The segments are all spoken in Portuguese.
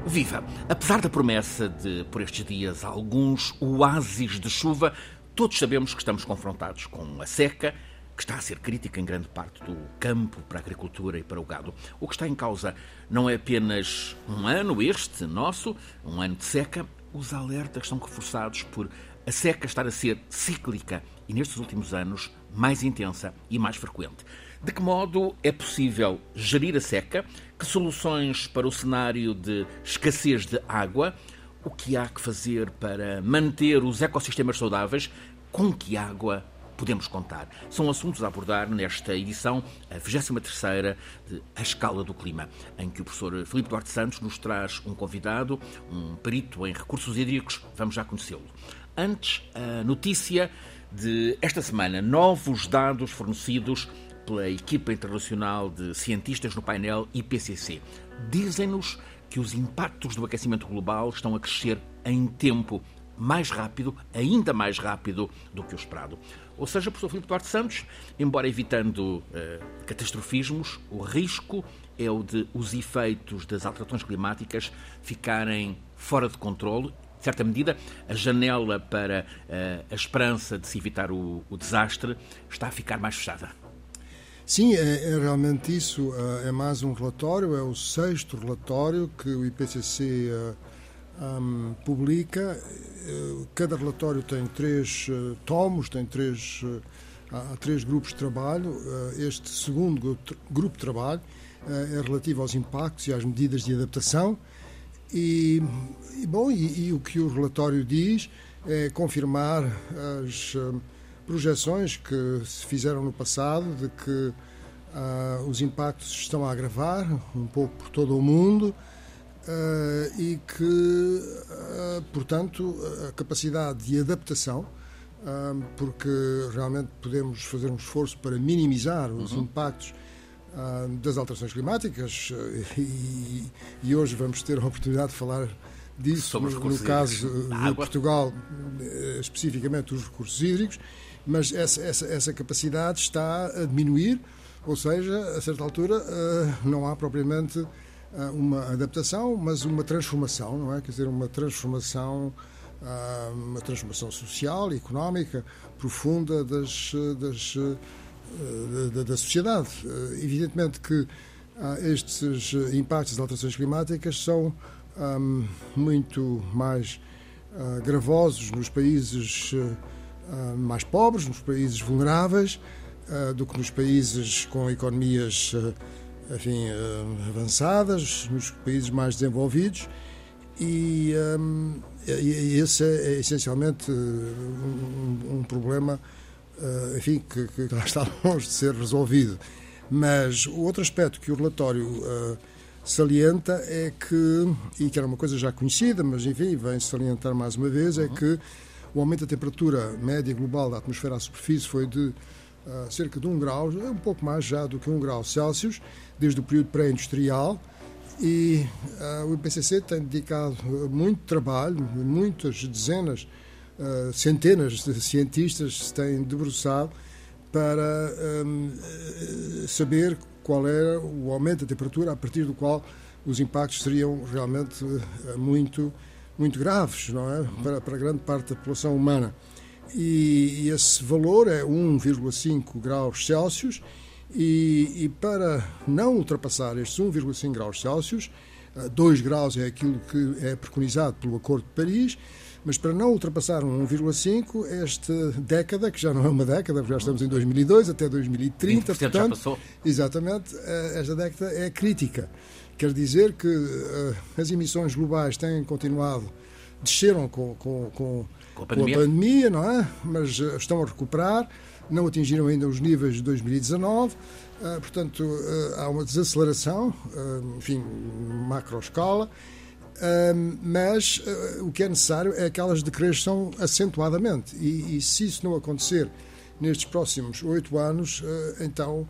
Viva! Apesar da promessa de, por estes dias, alguns oásis de chuva, todos sabemos que estamos confrontados com a seca, que está a ser crítica em grande parte do campo para a agricultura e para o gado. O que está em causa não é apenas um ano, este nosso, um ano de seca. Os alertas são reforçados por a seca estar a ser cíclica e, nestes últimos anos, mais intensa e mais frequente. De que modo é possível gerir a seca? Que soluções para o cenário de escassez de água? O que há que fazer para manter os ecossistemas saudáveis? Com que água podemos contar? São assuntos a abordar nesta edição, a 23ª de A Escala do Clima, em que o professor Filipe Duarte Santos nos traz um convidado, um perito em recursos hídricos. Vamos já conhecê-lo. Antes, a notícia de esta semana. Novos dados fornecidos pela equipa internacional de cientistas no painel IPCC. Dizem-nos que os impactos do aquecimento global estão a crescer em tempo mais rápido, ainda mais rápido do que o esperado. Ou seja, professor Filipe Duarte Santos, embora evitando catastrofismos, o risco é o de os efeitos das alterações climáticas ficarem fora de controle. De certa medida, a janela para a esperança de se evitar o desastre está a ficar mais fechada. Sim, é realmente isso. É mais um relatório, é o 6º relatório que o IPCC publica. Cada relatório tem 3 tomos, há 3 grupos de trabalho. Este segundo grupo de trabalho é relativo aos impactos e às medidas de adaptação. E o que o relatório diz é confirmar as projeções que se fizeram no passado de que os impactos estão a agravar um pouco por todo o mundo e que, portanto, a capacidade de adaptação, porque realmente podemos fazer um esforço para minimizar os impactos das alterações climáticas e hoje vamos ter a oportunidade de falar disso no caso de Portugal, especificamente os recursos hídricos, mas essa capacidade está a diminuir, ou seja, a certa altura não há propriamente uma adaptação, mas uma transformação, não é? Quer dizer, uma transformação social e económica profunda da sociedade. Evidentemente que estes impactos das alterações climáticas são muito mais gravosos nos países mais pobres, nos países vulneráveis, do que nos países com economias avançadas, nos países mais desenvolvidos. E esse é essencialmente um problema que lá está longe de ser resolvido. Mas o outro aspecto que o relatório salienta é que, e que era uma coisa já conhecida, mas enfim, vem salientar mais uma vez, é que o aumento da temperatura média global da atmosfera à superfície foi de cerca de 1 grau, um pouco mais já do que 1 grau Celsius, desde o período pré-industrial, e o IPCC tem dedicado muito trabalho, muitas dezenas, centenas de cientistas se têm debruçado para saber qual era o aumento da temperatura a partir do qual os impactos seriam realmente muito graves, não é? Para grande parte da população humana. E esse valor é 1,5 graus Celsius e para não ultrapassar estes 1,5 graus Celsius, 2 graus é aquilo que é preconizado pelo Acordo de Paris, mas para não ultrapassar um 1,5, esta década, que já não é uma década, porque já estamos em 2002 até 2030, portanto, já passou. Exatamente, esta década é crítica. Quer dizer que as emissões globais têm continuado, desceram com a pandemia, não é? Mas estão a recuperar, não atingiram ainda os níveis de 2019, portanto, há uma desaceleração, macro escala, mas o que é necessário é que elas decresçam acentuadamente e se isso não acontecer nestes próximos 8 anos, então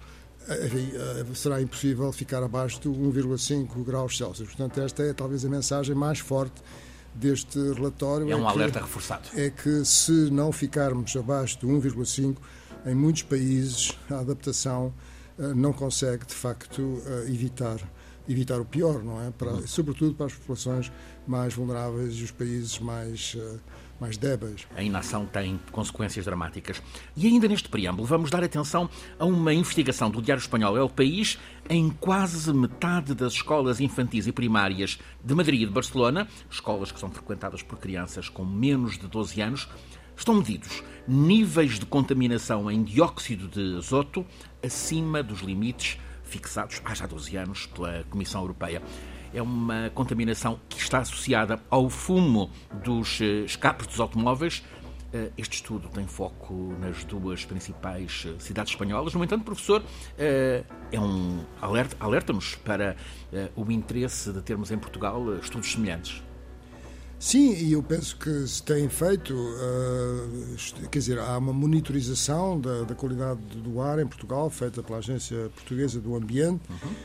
será impossível ficar abaixo de 1,5 graus Celsius. Portanto, esta é talvez a mensagem mais forte deste relatório. É um alerta reforçado. É que se não ficarmos abaixo de 1,5, em muitos países a adaptação não consegue, de facto, evitar evitar o pior, não é? Sobretudo para as populações mais vulneráveis e os países mais débeis. A inação tem consequências dramáticas. E ainda neste preâmbulo vamos dar atenção a uma investigação do Diário Espanhol El País. Em quase metade das escolas infantis e primárias de Madrid e de Barcelona, escolas que são frequentadas por crianças com menos de 12 anos, estão medidos níveis de contaminação em dióxido de azoto acima dos limites fixados há já 12 anos pela Comissão Europeia. É uma contaminação que está associada ao fumo dos escapes dos automóveis. Este estudo tem foco nas duas principais cidades espanholas. No entanto, professor, é um alerta-nos para o interesse de termos em Portugal estudos semelhantes. Sim, e eu penso que se tem feito, quer dizer, há uma monitorização da qualidade do ar em Portugal, feita pela Agência Portuguesa do Ambiente.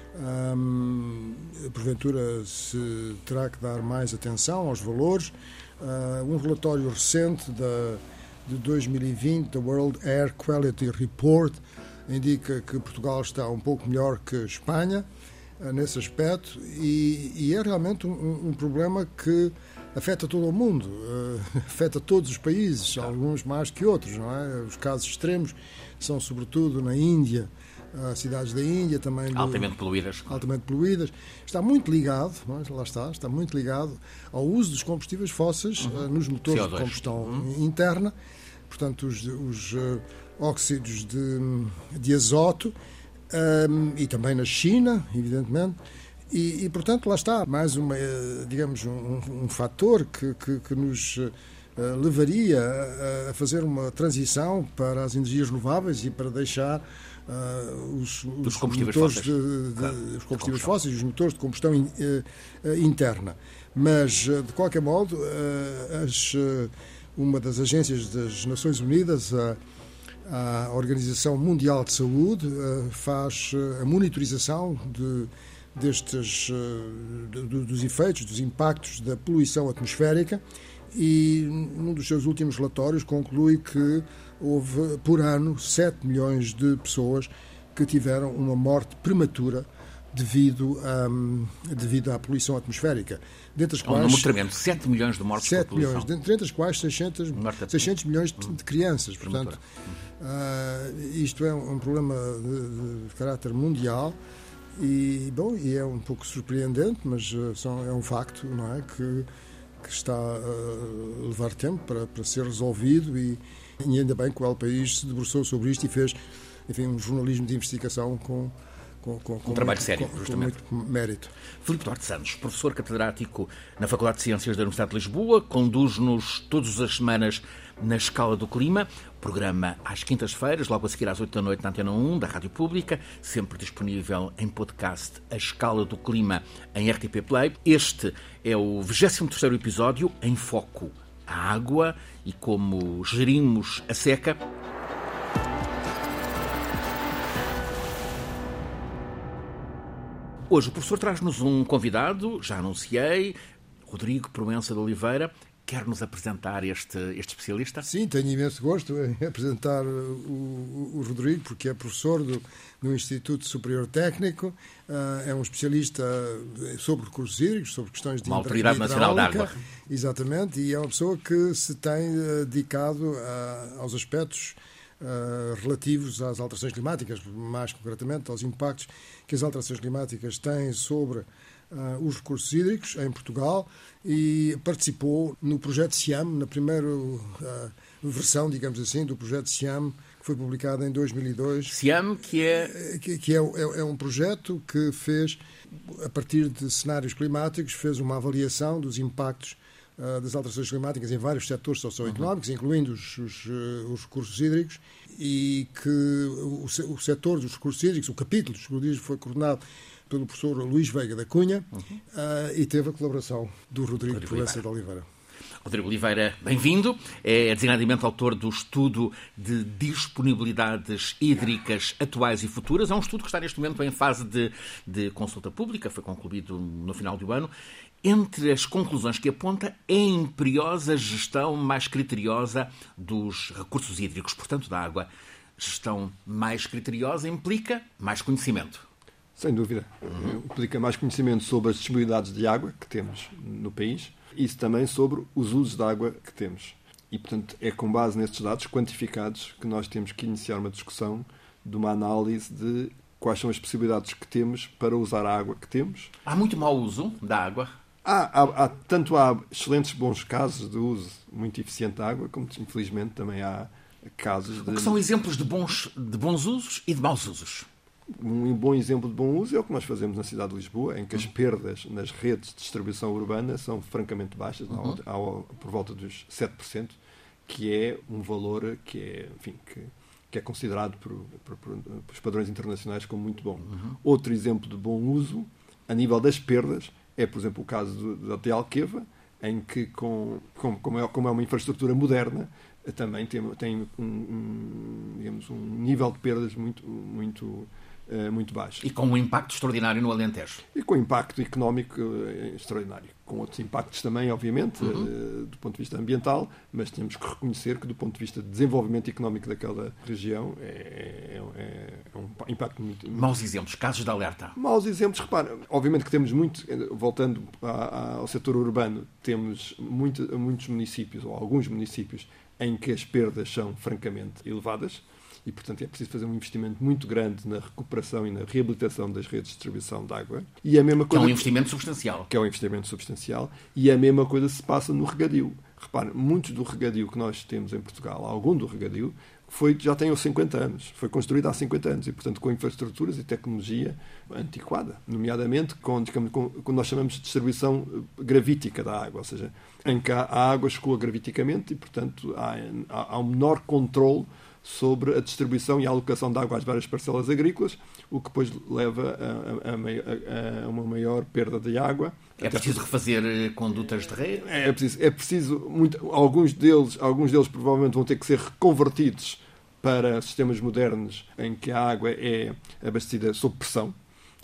Porventura se terá que dar mais atenção aos valores. Um relatório recente de 2020, da World Air Quality Report, indica que Portugal está um pouco melhor que a Espanha nesse aspecto, e é realmente um problema que afeta todo o mundo, afeta todos os países, alguns mais que outros, não é? Os casos extremos são sobretudo na Índia, cidades da Índia também altamente poluídas. Está muito ligado, está muito ligado ao uso dos combustíveis fósseis nos motores CO2. De combustão interna, portanto os óxidos de azoto, e também na China, evidentemente. E, portanto, lá está, mais um fator que nos levaria a fazer uma transição para as energias renováveis e para deixar os combustíveis motores fósseis. Os combustíveis fósseis e os motores de combustão interna. Mas, de qualquer modo, uma das agências das Nações Unidas, a Organização Mundial de Saúde, faz a monitorização dos efeitos, dos impactos da poluição atmosférica, e num dos seus últimos relatórios conclui que houve por ano 7 milhões de pessoas que tiveram uma morte prematura devido à poluição atmosférica. Dentre as quais, um número tremendo, 7 milhões de mortes por poluição. 7 milhões, dentre as quais 600 milhões de crianças. Portanto, isto é um problema de caráter mundial. E é um pouco surpreendente, mas é um facto, não é, que está a levar tempo para ser resolvido, e ainda bem que o El País se debruçou sobre isto e fez, enfim, um jornalismo de investigação com um trabalho sério, justamente. Com muito mérito. Filipe Duarte Santos, professor catedrático na Faculdade de Ciências da Universidade de Lisboa, conduz-nos todas as semanas na Escala do Clima, programa às quintas-feiras, logo a seguir às 8 da noite na Antena 1 da Rádio Pública, sempre disponível em podcast, A Escala do Clima, em RTP Play. Este é o 23º episódio, em foco a água e como gerimos a seca. Hoje o professor traz-nos um convidado, já anunciei, Rodrigo Proença de Oliveira. Quer-nos apresentar este especialista? Sim, tenho imenso gosto em apresentar o Rodrigo, porque é professor do Instituto Superior Técnico, é um especialista sobre recursos hídricos, sobre questões de uma Autoridade Nacional da Água. Exatamente, e é uma pessoa que se tem dedicado aos aspectos relativos às alterações climáticas, mais concretamente aos impactos que as alterações climáticas têm sobre os recursos hídricos em Portugal, e participou no projeto SIAM, na primeira versão, digamos assim, do projeto SIAM, que foi publicado em 2002. SIAM, que é um projeto que fez, a partir de cenários climáticos, fez uma avaliação dos impactos das alterações climáticas em vários setores socioeconómicos, incluindo os recursos hídricos, e que o setor dos recursos hídricos, o capítulo dos recursos hídricos, foi coordenado pelo professor Luís Veiga da Cunha, e teve a colaboração do Rodrigo Proença de Oliveira. Rodrigo Oliveira, bem-vindo. É designadamente autor do estudo de disponibilidades hídricas atuais e futuras. É um estudo que está neste momento em fase de consulta pública, foi concluído no final do ano. Entre as conclusões que aponta, é imperiosa gestão mais criteriosa dos recursos hídricos, portanto da água. Gestão mais criteriosa implica mais conhecimento. Sem dúvida. Implica mais conhecimento sobre as disponibilidades de água que temos no país e também sobre os usos de água que temos. E, portanto, é com base nestes dados quantificados que nós temos que iniciar uma discussão de uma análise de quais são as possibilidades que temos para usar a água que temos. Há muito mau uso da água? Tanto há excelentes bons casos de uso muito eficiente da água, como, infelizmente, também há casos de... O que são exemplos de bons usos e de maus usos? Um bom exemplo de bom uso é o que nós fazemos na cidade de Lisboa, em que as perdas nas redes de distribuição urbana são francamente baixas, por volta dos 7%, que é um valor que é considerado pelos padrões internacionais como muito bom. Outro exemplo de bom uso, a nível das perdas, é, por exemplo, o caso de Alqueva, em que, como é uma infraestrutura moderna, também tem um nível de perdas muito baixo. E com um impacto extraordinário no Alentejo. E com impacto económico extraordinário. Com outros impactos também, obviamente, do ponto de vista ambiental, mas temos que reconhecer que, do ponto de vista de desenvolvimento económico daquela região, é um impacto muito... Maus exemplos, casos de alerta. Maus exemplos, repara, obviamente que temos voltando ao setor urbano, temos muitos municípios, ou alguns municípios, em que as perdas são francamente elevadas, e, portanto, é preciso fazer um investimento muito grande na recuperação e na reabilitação das redes de distribuição de água. E a mesma coisa, que é um investimento substancial. Que é um investimento substancial. E a mesma coisa se passa no regadio. Repare, muito do regadio que nós temos em Portugal, algum do regadio, já tem 50 anos. Foi construído há 50 anos e, portanto, com infraestruturas e tecnologia antiquada. Nomeadamente com nós chamamos de distribuição gravítica da água, ou seja, em que a água escoa graviticamente e, portanto, há um menor controle sobre a distribuição e a alocação de água às várias parcelas agrícolas, o que depois leva a uma maior perda de água. É preciso refazer condutas de rede? É preciso alguns deles provavelmente vão ter que ser reconvertidos para sistemas modernos em que a água é abastecida sob pressão,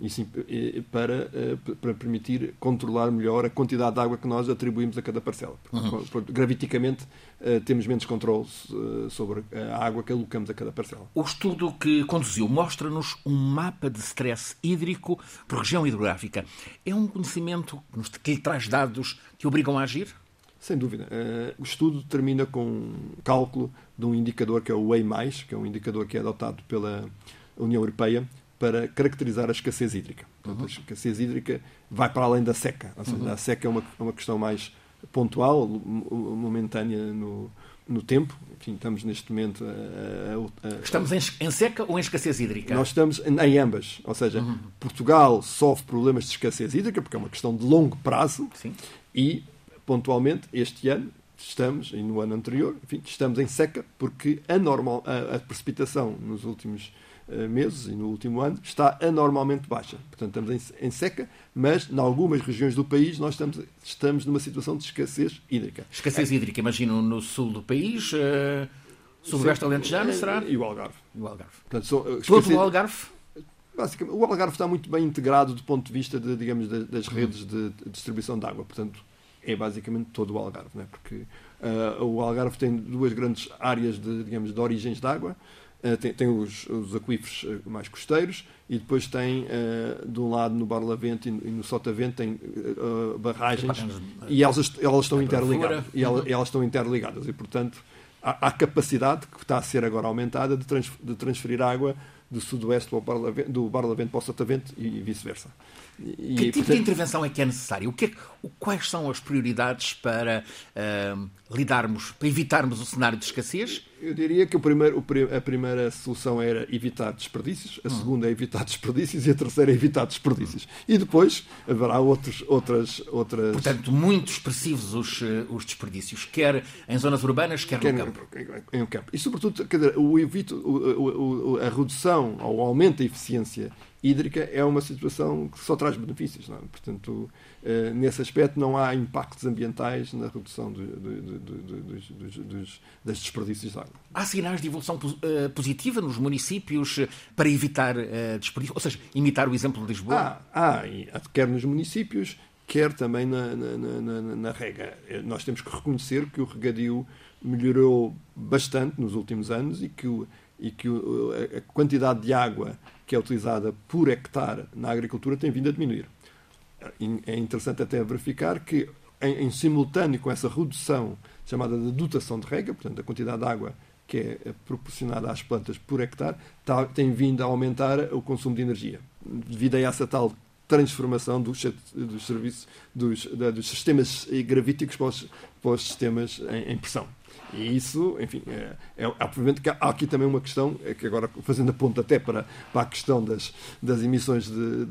para permitir controlar melhor a quantidade de água que nós atribuímos a cada parcela. Porque, graviticamente, temos menos controle sobre a água que alocamos a cada parcela. O estudo que conduziu mostra-nos um mapa de stress hídrico por região hidrográfica. É um conhecimento que lhe traz dados que obrigam a agir? Sem dúvida. O estudo termina com um cálculo de um indicador que é o EI+, que é um indicador que é adotado pela União Europeia para caracterizar a escassez hídrica. Portanto, a escassez hídrica vai para além da seca. Ou seja, a seca é uma questão mais pontual, momentânea no tempo. Enfim, estamos neste momento Estamos em seca ou em escassez hídrica? Nós estamos em ambas. Ou seja, Portugal sofre problemas de escassez hídrica porque é uma questão de longo prazo. Sim. E, pontualmente, este ano estamos, e no ano anterior, enfim, estamos em seca porque a precipitação nos últimos meses e no último ano está anormalmente baixa. Portanto, estamos em seca, mas em algumas regiões do país nós estamos numa situação de escassez hídrica. Escassez hídrica, imagino, no sul do país, sudoeste alentejano, será? E o Algarve. Portanto, todo o Algarve? Basicamente, o Algarve está muito bem integrado do ponto de vista das redes de distribuição de água. Portanto, é basicamente todo o Algarve, não é? Porque o Algarve tem duas grandes áreas de origens de água. Tem os aquíferos mais costeiros e depois tem, de um lado, no Barlavento e no Sotavento, tem barragens e elas estão interligadas. Elas estão interligadas e, portanto, há capacidade que está a ser agora aumentada de transferir água do sudoeste do Barlavento para o Sotavento e vice-versa. Que tipo de intervenção é que é necessário? Quais são as prioridades para para evitarmos o cenário de escassez? Eu diria que a primeira solução era evitar desperdícios, a segunda é evitar desperdícios e a terceira é evitar desperdícios. E depois haverá outras... Portanto, muito expressivos os desperdícios, quer em zonas urbanas, quer no campo. Em campo. E, sobretudo, a redução ou o aumento da eficiência hídrica é uma situação que só traz benefícios. Não é? Portanto, nesse aspecto não há impactos ambientais na redução dos desperdícios de água. Há sinais de evolução positiva nos municípios para evitar desperdício? Ou seja, imitar o exemplo de Lisboa? Quer nos municípios, quer também na rega. Nós temos que reconhecer que o regadio melhorou bastante nos últimos anos e que e que a quantidade de água que é utilizada por hectare na agricultura tem vindo a diminuir. É interessante até verificar que, em simultâneo com essa redução chamada de dotação de rega, portanto, a quantidade de água que é proporcionada às plantas por hectare, tem vindo a aumentar o consumo de energia, devido a essa tal transformação dos sistemas gravíticos para os sistemas em pressão. E isso, enfim, obviamente que há aqui também uma questão, que agora fazendo a ponta até para a questão das emissões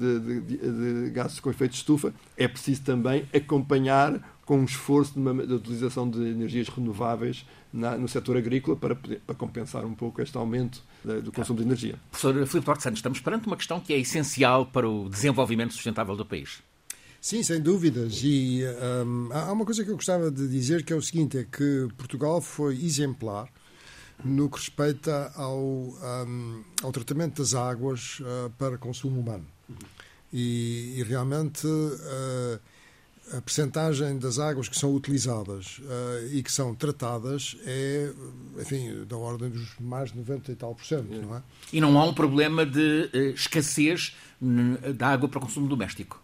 de gases com efeito de estufa, é preciso também acompanhar com um esforço de utilização de energias renováveis no setor agrícola para compensar um pouco este aumento do consumo de energia. Professor Filipe Duarte Santos, estamos perante uma questão que é essencial para o desenvolvimento sustentável do país. Sim, sem dúvidas. E há uma coisa que eu gostava de dizer, que é o seguinte, é que Portugal foi exemplar no que respeita ao tratamento das águas para consumo humano. E realmente a percentagem das águas que são utilizadas e que são tratadas é, enfim, da ordem dos mais de 90 e tal %, não é? E não há um problema de escassez de água para consumo doméstico?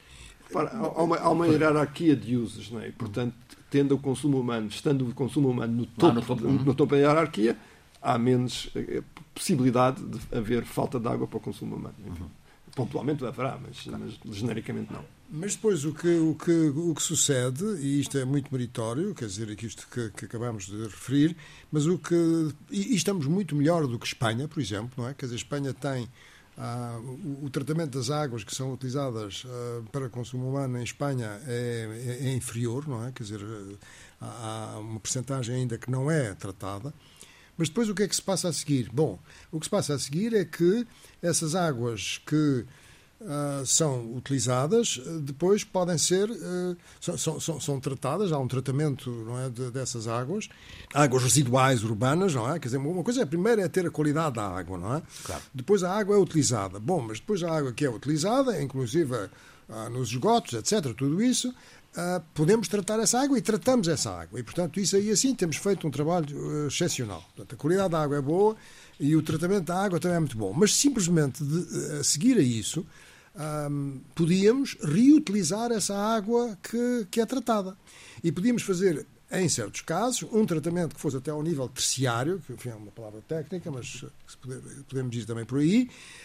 Há uma hierarquia de usos, não é? E, portanto, estando o consumo humano no topo da hierarquia, há menos possibilidade de haver falta de água para o consumo humano. Pontualmente haverá, mas genericamente não. Mas depois o que sucede, e isto é muito meritório, quer dizer, aqui isto que acabamos de referir, mas e estamos muito melhor do que Espanha, por exemplo, não é? Quer dizer, Espanha tem o tratamento das águas que são utilizadas para consumo humano em Espanha é inferior, não é? Quer dizer, há uma percentagem ainda que não é tratada. Mas depois o que é que se passa a seguir? Bom, o que se passa a seguir é que essas águas que são utilizadas, depois podem ser, são tratadas, há um tratamento, não é, dessas águas residuais urbanas, não é? Quer dizer, uma coisa, a primeira é ter a qualidade da água, não é? Claro. Depois a água é utilizada. Bom, mas depois a água que é utilizada, inclusive nos esgotos, etc., tudo isso, podemos tratar essa água e tratamos essa água. E, portanto, isso aí, assim, temos feito um trabalho excepcional. Portanto, a qualidade da água é boa e o tratamento da água também é muito bom. Mas, simplesmente, a seguir a isso, podíamos reutilizar essa água que é tratada. E podíamos fazer, em certos casos, um tratamento que fosse até ao nível terciário, que enfim, é uma palavra técnica, mas podemos dizer também por aí,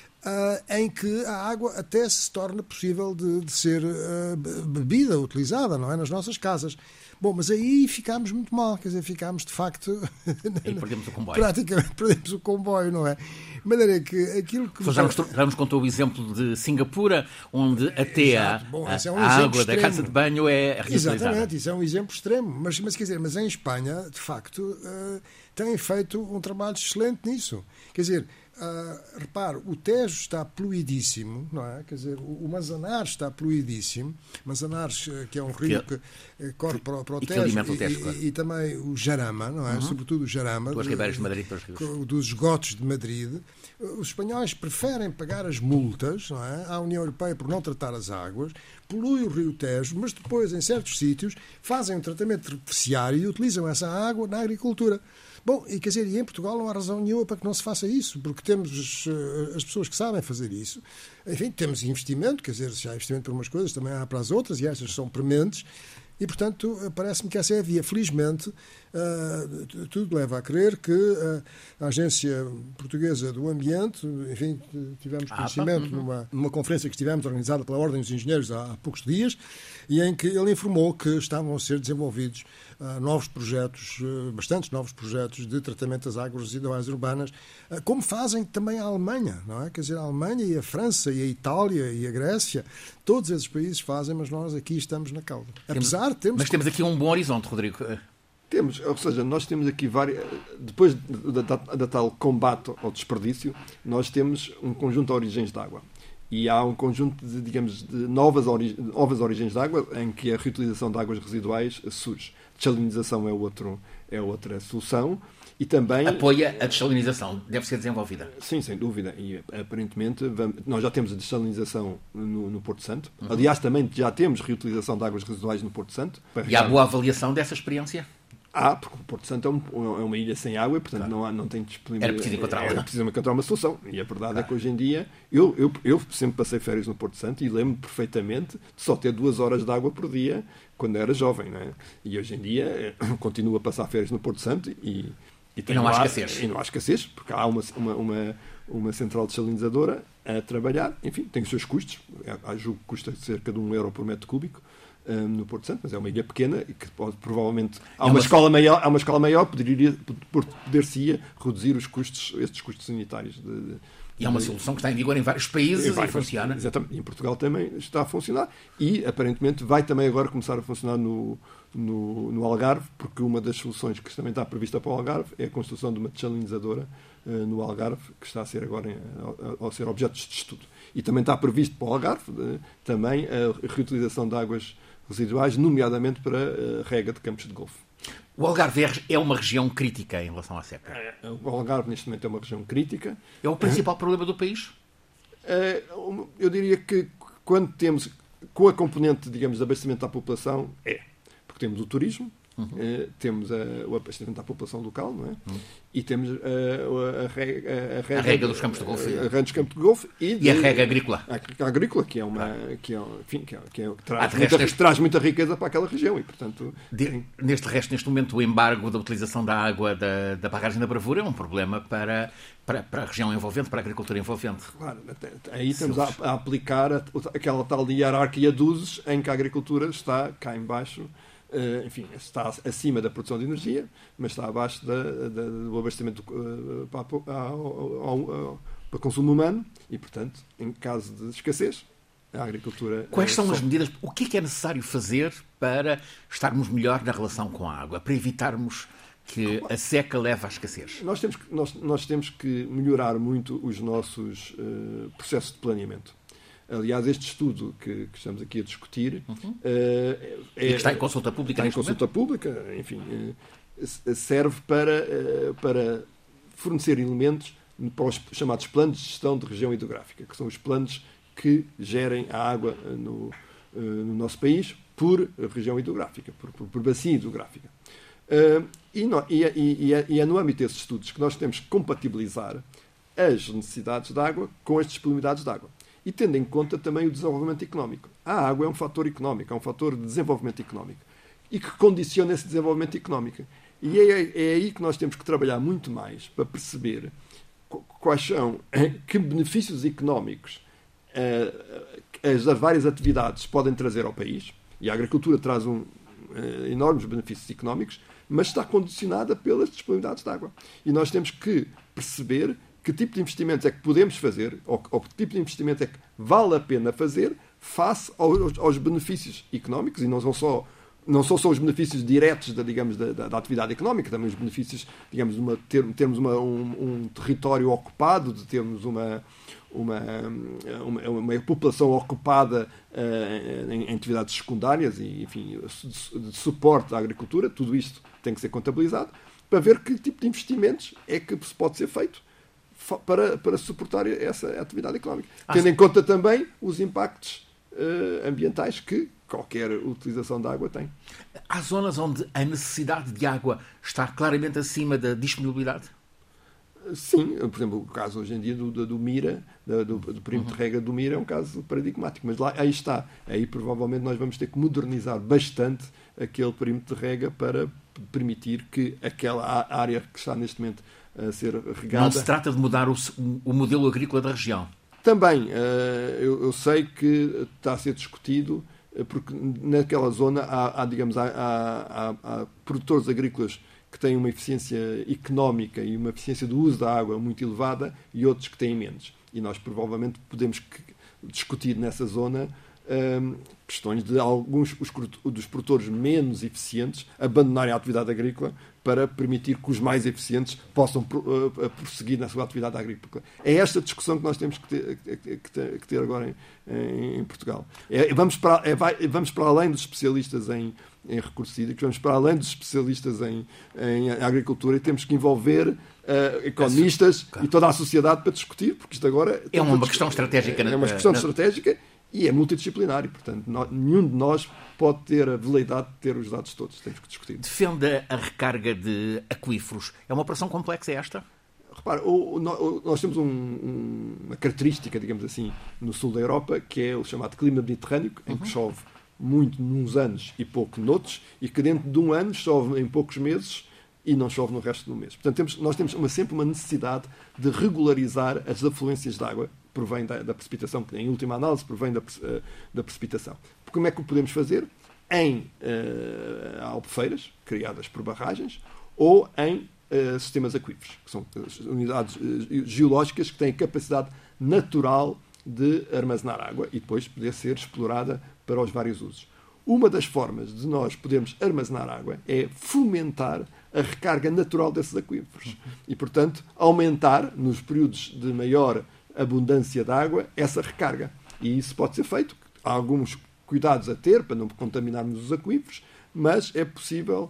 em que a água até se torna possível de ser bebida, utilizada, não é? Nas nossas casas. Bom, mas aí ficámos muito mal, quer dizer, ficámos de facto... Aí perdemos o comboio. Praticamente perdemos o comboio, não é? De maneira que aquilo que... Já nos contou o exemplo de Singapura, onde até a água da casa de banho é reutilizada. Exatamente, isso é um exemplo extremo. Mas quer dizer, mas em Espanha, de facto, têm feito um trabalho excelente nisso. Quer dizer... repare, o Tejo está poluidíssimo, não é? Quer dizer, o Manzanares está poluidíssimo. Manzanares, que é um rio que corre para o Tejo, claro. E também o Jarama, não é? Sobretudo o Jarama, duas ribeiras de Madrid para os rios. Dos esgotos de Madrid. Os espanhóis preferem pagar as multas, não é? À União Europeia por não tratar as águas, polui o rio Tejo, mas depois, em certos sítios, fazem um tratamento terciário e utilizam essa água na agricultura. Bom, e quer dizer, e em Portugal não há razão nenhuma para que não se faça isso, porque temos as pessoas que sabem fazer isso. Enfim, temos investimento, quer dizer, se há investimento para umas coisas, também há para as outras, e estas são prementes. E, portanto, parece-me que essa é a via. Felizmente, tudo leva a crer que a Agência Portuguesa do Ambiente, enfim, tivemos conhecimento numa conferência que estivemos organizada pela Ordem dos Engenheiros há poucos dias, e em que ele informou que estavam a ser desenvolvidos novos projetos, bastantes novos projetos de tratamento das águas residuais urbanas, como fazem também a Alemanha, não é? Quer dizer, a Alemanha e a França e a Itália e a Grécia, todos esses países fazem, mas nós aqui estamos na cauda. Mas temos aqui um bom horizonte, Rodrigo. Temos, ou seja, nós temos aqui várias... Depois da tal combate ao desperdício, nós temos um conjunto de origens de água. E há um conjunto de, digamos, de novas origens de água em que a reutilização de águas residuais surge. Desalinização é outra solução. E também... Apoia a desalinização, deve ser desenvolvida. Sim, sem dúvida. E aparentemente nós já temos a desalinização no Porto Santo. Aliás, também já temos reutilização de águas residuais no Porto Santo. E há boa avaliação dessa experiência? Porque o Porto Santo é uma ilha sem água e, portanto, não tem disponibilidade. Era preciso encontrá-la. Era preciso encontrar uma solução. E a verdade é que hoje em dia, eu sempre passei férias no Porto Santo e lembro perfeitamente de só ter 2 horas de água por dia quando era jovem, não é? E hoje em dia continuo a passar férias no Porto Santo e não há escassez. E não há escassez, porque há uma central desalinizadora a trabalhar. Enfim, tem os seus custos. Julgo que custa cerca de €1 por metro cúbico no Porto Santo, mas é uma ilha pequena e que provavelmente há uma escala maior, poder-se-ia reduzir estes custos sanitários. E é uma solução que está em vigor em vários países e funciona. Exatamente. E em Portugal também está a funcionar e aparentemente vai também agora começar a funcionar no Algarve, porque uma das soluções que também está prevista para o Algarve é a construção de uma desalinizadora no Algarve, que está a ser agora a ser objeto de estudo. E também está previsto para o Algarve também a reutilização de águas residuais, nomeadamente para rega de campos de golfe. O Algarve é uma região crítica em relação à seca. O Algarve, neste momento, é uma região crítica. É o principal problema do país? Eu diria que quando temos, com a componente, digamos, de abastecimento à população, porque temos o turismo, temos o abastecimento à população local, não é? E temos a rega dos campos de golfe. A rega dos campos de golfe e a rega agrícola. A agrícola, que traz muita riqueza para aquela região e, portanto... Neste momento, o embargo da utilização da água da barragem da Bravura é um problema para a região envolvente, para a agricultura envolvente. Claro, aí estamos a aplicar aquela tal hierarquia de usos em que a agricultura está cá em baixo. Enfim, está acima da produção de energia, mas está abaixo do abastecimento para consumo humano e, portanto, em caso de escassez, a agricultura... Quais são as medidas? O que é necessário fazer para estarmos melhor na relação com a água, para evitarmos que a seca leve à escassez? Nós temos que melhorar muito os nossos processos de planeamento. Aliás, este estudo que estamos aqui a discutir e que está em consulta pública. Está em consulta pública, enfim, serve para fornecer elementos para os chamados planos de gestão de região hidrográfica, que são os planos que gerem a água no nosso país por região hidrográfica, por bacia hidrográfica. E é no âmbito desses estudos que nós temos que compatibilizar as necessidades de água com as disponibilidades de água. E tendo em conta também o desenvolvimento económico. A água é um fator económico, é um fator de desenvolvimento económico e que condiciona esse desenvolvimento económico. E é aí que nós temos que trabalhar muito mais para perceber quais são, que benefícios económicos as várias atividades podem trazer ao país. E a agricultura traz enormes benefícios económicos, mas está condicionada pelas disponibilidades de água. E nós temos que perceber que tipo de investimentos é que podemos fazer ou que tipo de investimento é que vale a pena fazer face aos benefícios económicos, e não são só os benefícios diretos da atividade económica, também os benefícios, digamos, de termos um território ocupado, de termos uma população ocupada em atividades secundárias e, enfim, de suporte à agricultura. Tudo isto tem que ser contabilizado para ver que tipo de investimentos é que pode ser feito para suportar essa atividade económica. Tendo em conta também os impactos ambientais que qualquer utilização de água tem. Há zonas onde a necessidade de água está claramente acima da disponibilidade? Sim, por exemplo, o caso hoje em dia do Mira, do perímetro de rega do Mira, é um caso paradigmático, mas lá aí está. Aí provavelmente nós vamos ter que modernizar bastante aquele perímetro de rega para permitir que aquela área que está neste momento a ser regada... Não se trata de mudar o modelo agrícola da região? Também. Eu sei que está a ser discutido, porque naquela zona há produtores agrícolas que têm uma eficiência económica e uma eficiência do uso da água muito elevada e outros que têm menos. E nós provavelmente podemos discutir nessa zona questões de alguns dos produtores menos eficientes abandonarem a atividade agrícola para permitir que os mais eficientes possam prosseguir na sua atividade agrícola. É esta discussão que nós temos que ter agora em Portugal. Vamos para além dos especialistas em recursos hídricos, vamos para além dos especialistas em agricultura e temos que envolver economistas e toda a sociedade para discutir, porque isto agora... É uma questão estratégica. É uma questão estratégica e é multidisciplinar e, portanto, nenhum de nós pode ter a veleidade de ter os dados todos. Temos que discutir. Defende a recarga de aquíferos. É uma operação complexa esta? Repara, nós temos uma característica, digamos assim, no sul da Europa, que é o chamado clima mediterrâneo, em que chove muito nos anos e pouco noutros, e que dentro de um ano chove em poucos meses e não chove no resto do mês. Portanto, nós temos sempre uma necessidade de regularizar as afluências de água, provém da precipitação, que em última análise provém da precipitação. Como é que o podemos fazer? Em albufeiras, criadas por barragens, ou em sistemas aquíferos, que são unidades geológicas que têm capacidade natural de armazenar água e depois poder ser explorada para os vários usos. Uma das formas de nós podermos armazenar água é fomentar a recarga natural desses aquíferos e, portanto, aumentar, nos períodos de maior abundância de água, essa recarga. E isso pode ser feito. Há alguns cuidados a ter para não contaminarmos os aquíferos, mas é possível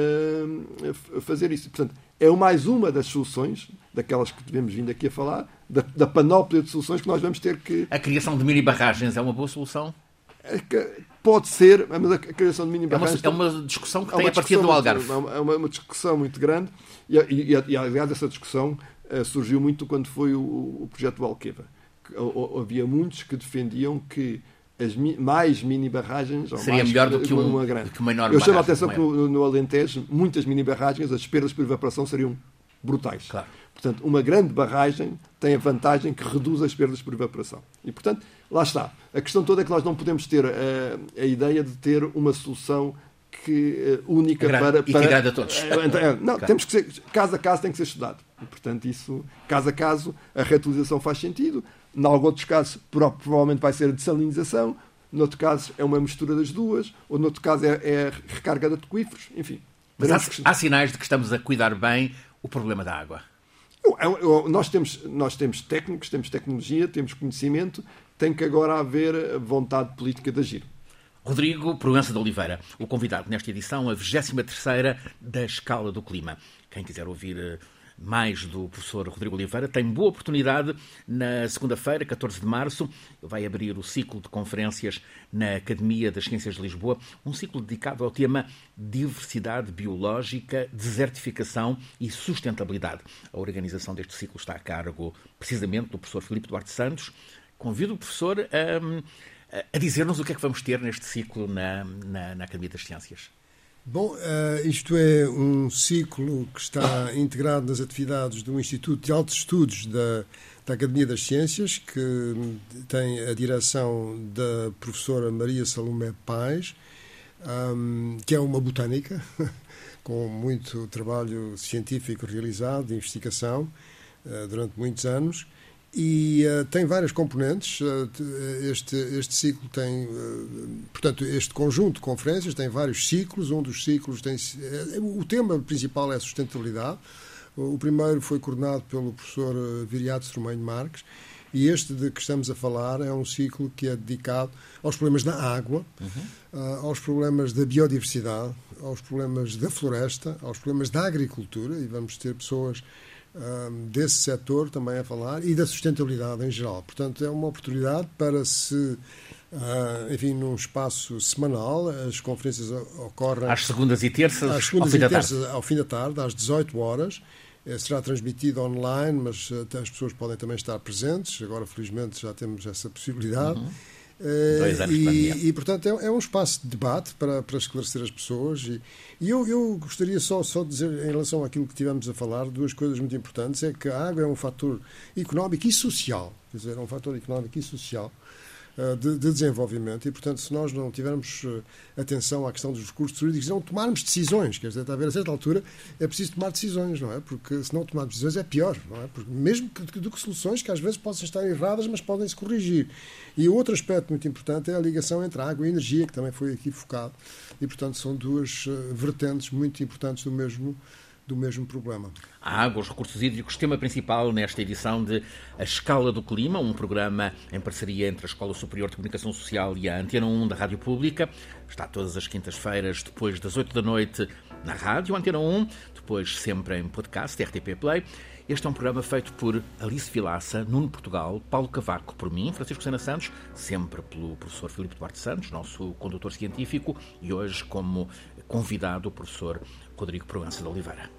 fazer isso. Portanto, é mais uma das soluções, daquelas que devemos vindo aqui a falar, da panóplia de soluções que nós vamos ter que... A criação de mini-barragens é uma boa solução? Pode ser, mas a criação de mini-barragens... É uma discussão que tem a partir do Algarve. É uma discussão muito grande e aliás, essa discussão surgiu muito quando foi o projeto do Alqueva. Havia muitos que defendiam que mais mini-barragens seria melhor do que uma grande. Eu chamo a atenção que no Alentejo, muitas mini-barragens, as perdas por evaporação seriam brutais. Claro. Portanto, uma grande barragem tem a vantagem que reduz as perdas por evaporação. E, portanto, lá está. A questão toda é que nós não podemos ter a ideia de ter uma solução única para... Equilibrada a todos. Não, claro. Temos que ser, caso a caso tem que ser estudado. E, portanto, isso, caso a caso, a reutilização faz sentido. Em alguns outros casos, provavelmente vai ser a dessalinização. Noutro caso, é uma mistura das duas. Ou, noutro caso, é a recarga de aquíferos. Enfim. Mas há sinais de que estamos a cuidar bem o problema da água. Nós temos técnicos, temos tecnologia, temos conhecimento. Tem que agora haver vontade política de agir. Rodrigo Proença de Oliveira, o convidado nesta edição, a 23ª da Escala do Clima. Quem quiser ouvir mais do professor Rodrigo Oliveira tem boa oportunidade na segunda-feira, 14 de março. Ele vai abrir o ciclo de conferências na Academia das Ciências de Lisboa, um ciclo dedicado ao tema diversidade biológica, desertificação e sustentabilidade. A organização deste ciclo está a cargo precisamente do professor Filipe Duarte Santos. Convido o professor a dizer-nos o que é que vamos ter neste ciclo na Academia das Ciências. Bom, isto é um ciclo que está integrado nas atividades do Instituto de Altos Estudos da Academia das Ciências, que tem a direção da professora Maria Salomé Pais, que é uma botânica, com muito trabalho científico realizado, de investigação, durante muitos anos. E tem várias componentes. Este ciclo tem, portanto, este conjunto de conferências tem vários ciclos. Um dos ciclos tem... O tema principal é a sustentabilidade. O primeiro foi coordenado pelo professor Viriato Stromeño Marques, e este de que estamos a falar é um ciclo que é dedicado aos problemas da água, aos problemas da biodiversidade, aos problemas da floresta, aos problemas da agricultura, e vamos ter pessoas desse setor também a falar, e da sustentabilidade em geral. Portanto, é uma oportunidade para se, enfim, num espaço semanal. As conferências ocorrem às segundas e terças, ao fim da tarde, às 18 horas. Será transmitido online, mas as pessoas podem também estar presentes. Agora, felizmente, já temos essa possibilidade. 2 anos e, portanto, é um espaço de debate para esclarecer as pessoas. E eu gostaria só de dizer, em relação àquilo que tivemos a falar, duas coisas muito importantes. É que a água é um fator económico e social. Quer dizer, é um fator económico e social de desenvolvimento, e, portanto, se nós não tivermos atenção à questão dos recursos jurídicos, não tomarmos decisões, quer dizer, está a ver, a certa altura é preciso tomar decisões, não é? Porque se não tomarmos decisões é pior, não é? Porque mesmo do que soluções que às vezes possam estar erradas, mas podem-se corrigir. E o outro aspecto muito importante é a ligação entre a água e a energia, que também foi aqui focado, e, portanto, são duas vertentes muito importantes do mesmo problema. A água, os recursos hídricos, tema principal nesta edição de A Escala do Clima, um programa em parceria entre a Escola Superior de Comunicação Social e a Antena 1 da Rádio Pública. Está todas as quintas-feiras, depois das 8 da noite, na rádio Antena 1, depois sempre em podcast, RTP Play. Este é um programa feito por Alice Vilaça, Nuno Portugal, Paulo Cavaco, por mim, Francisco Sena Santos, sempre pelo professor Filipe Duarte Santos, nosso condutor científico, e hoje como convidado o professor Rodrigo Proença de Oliveira.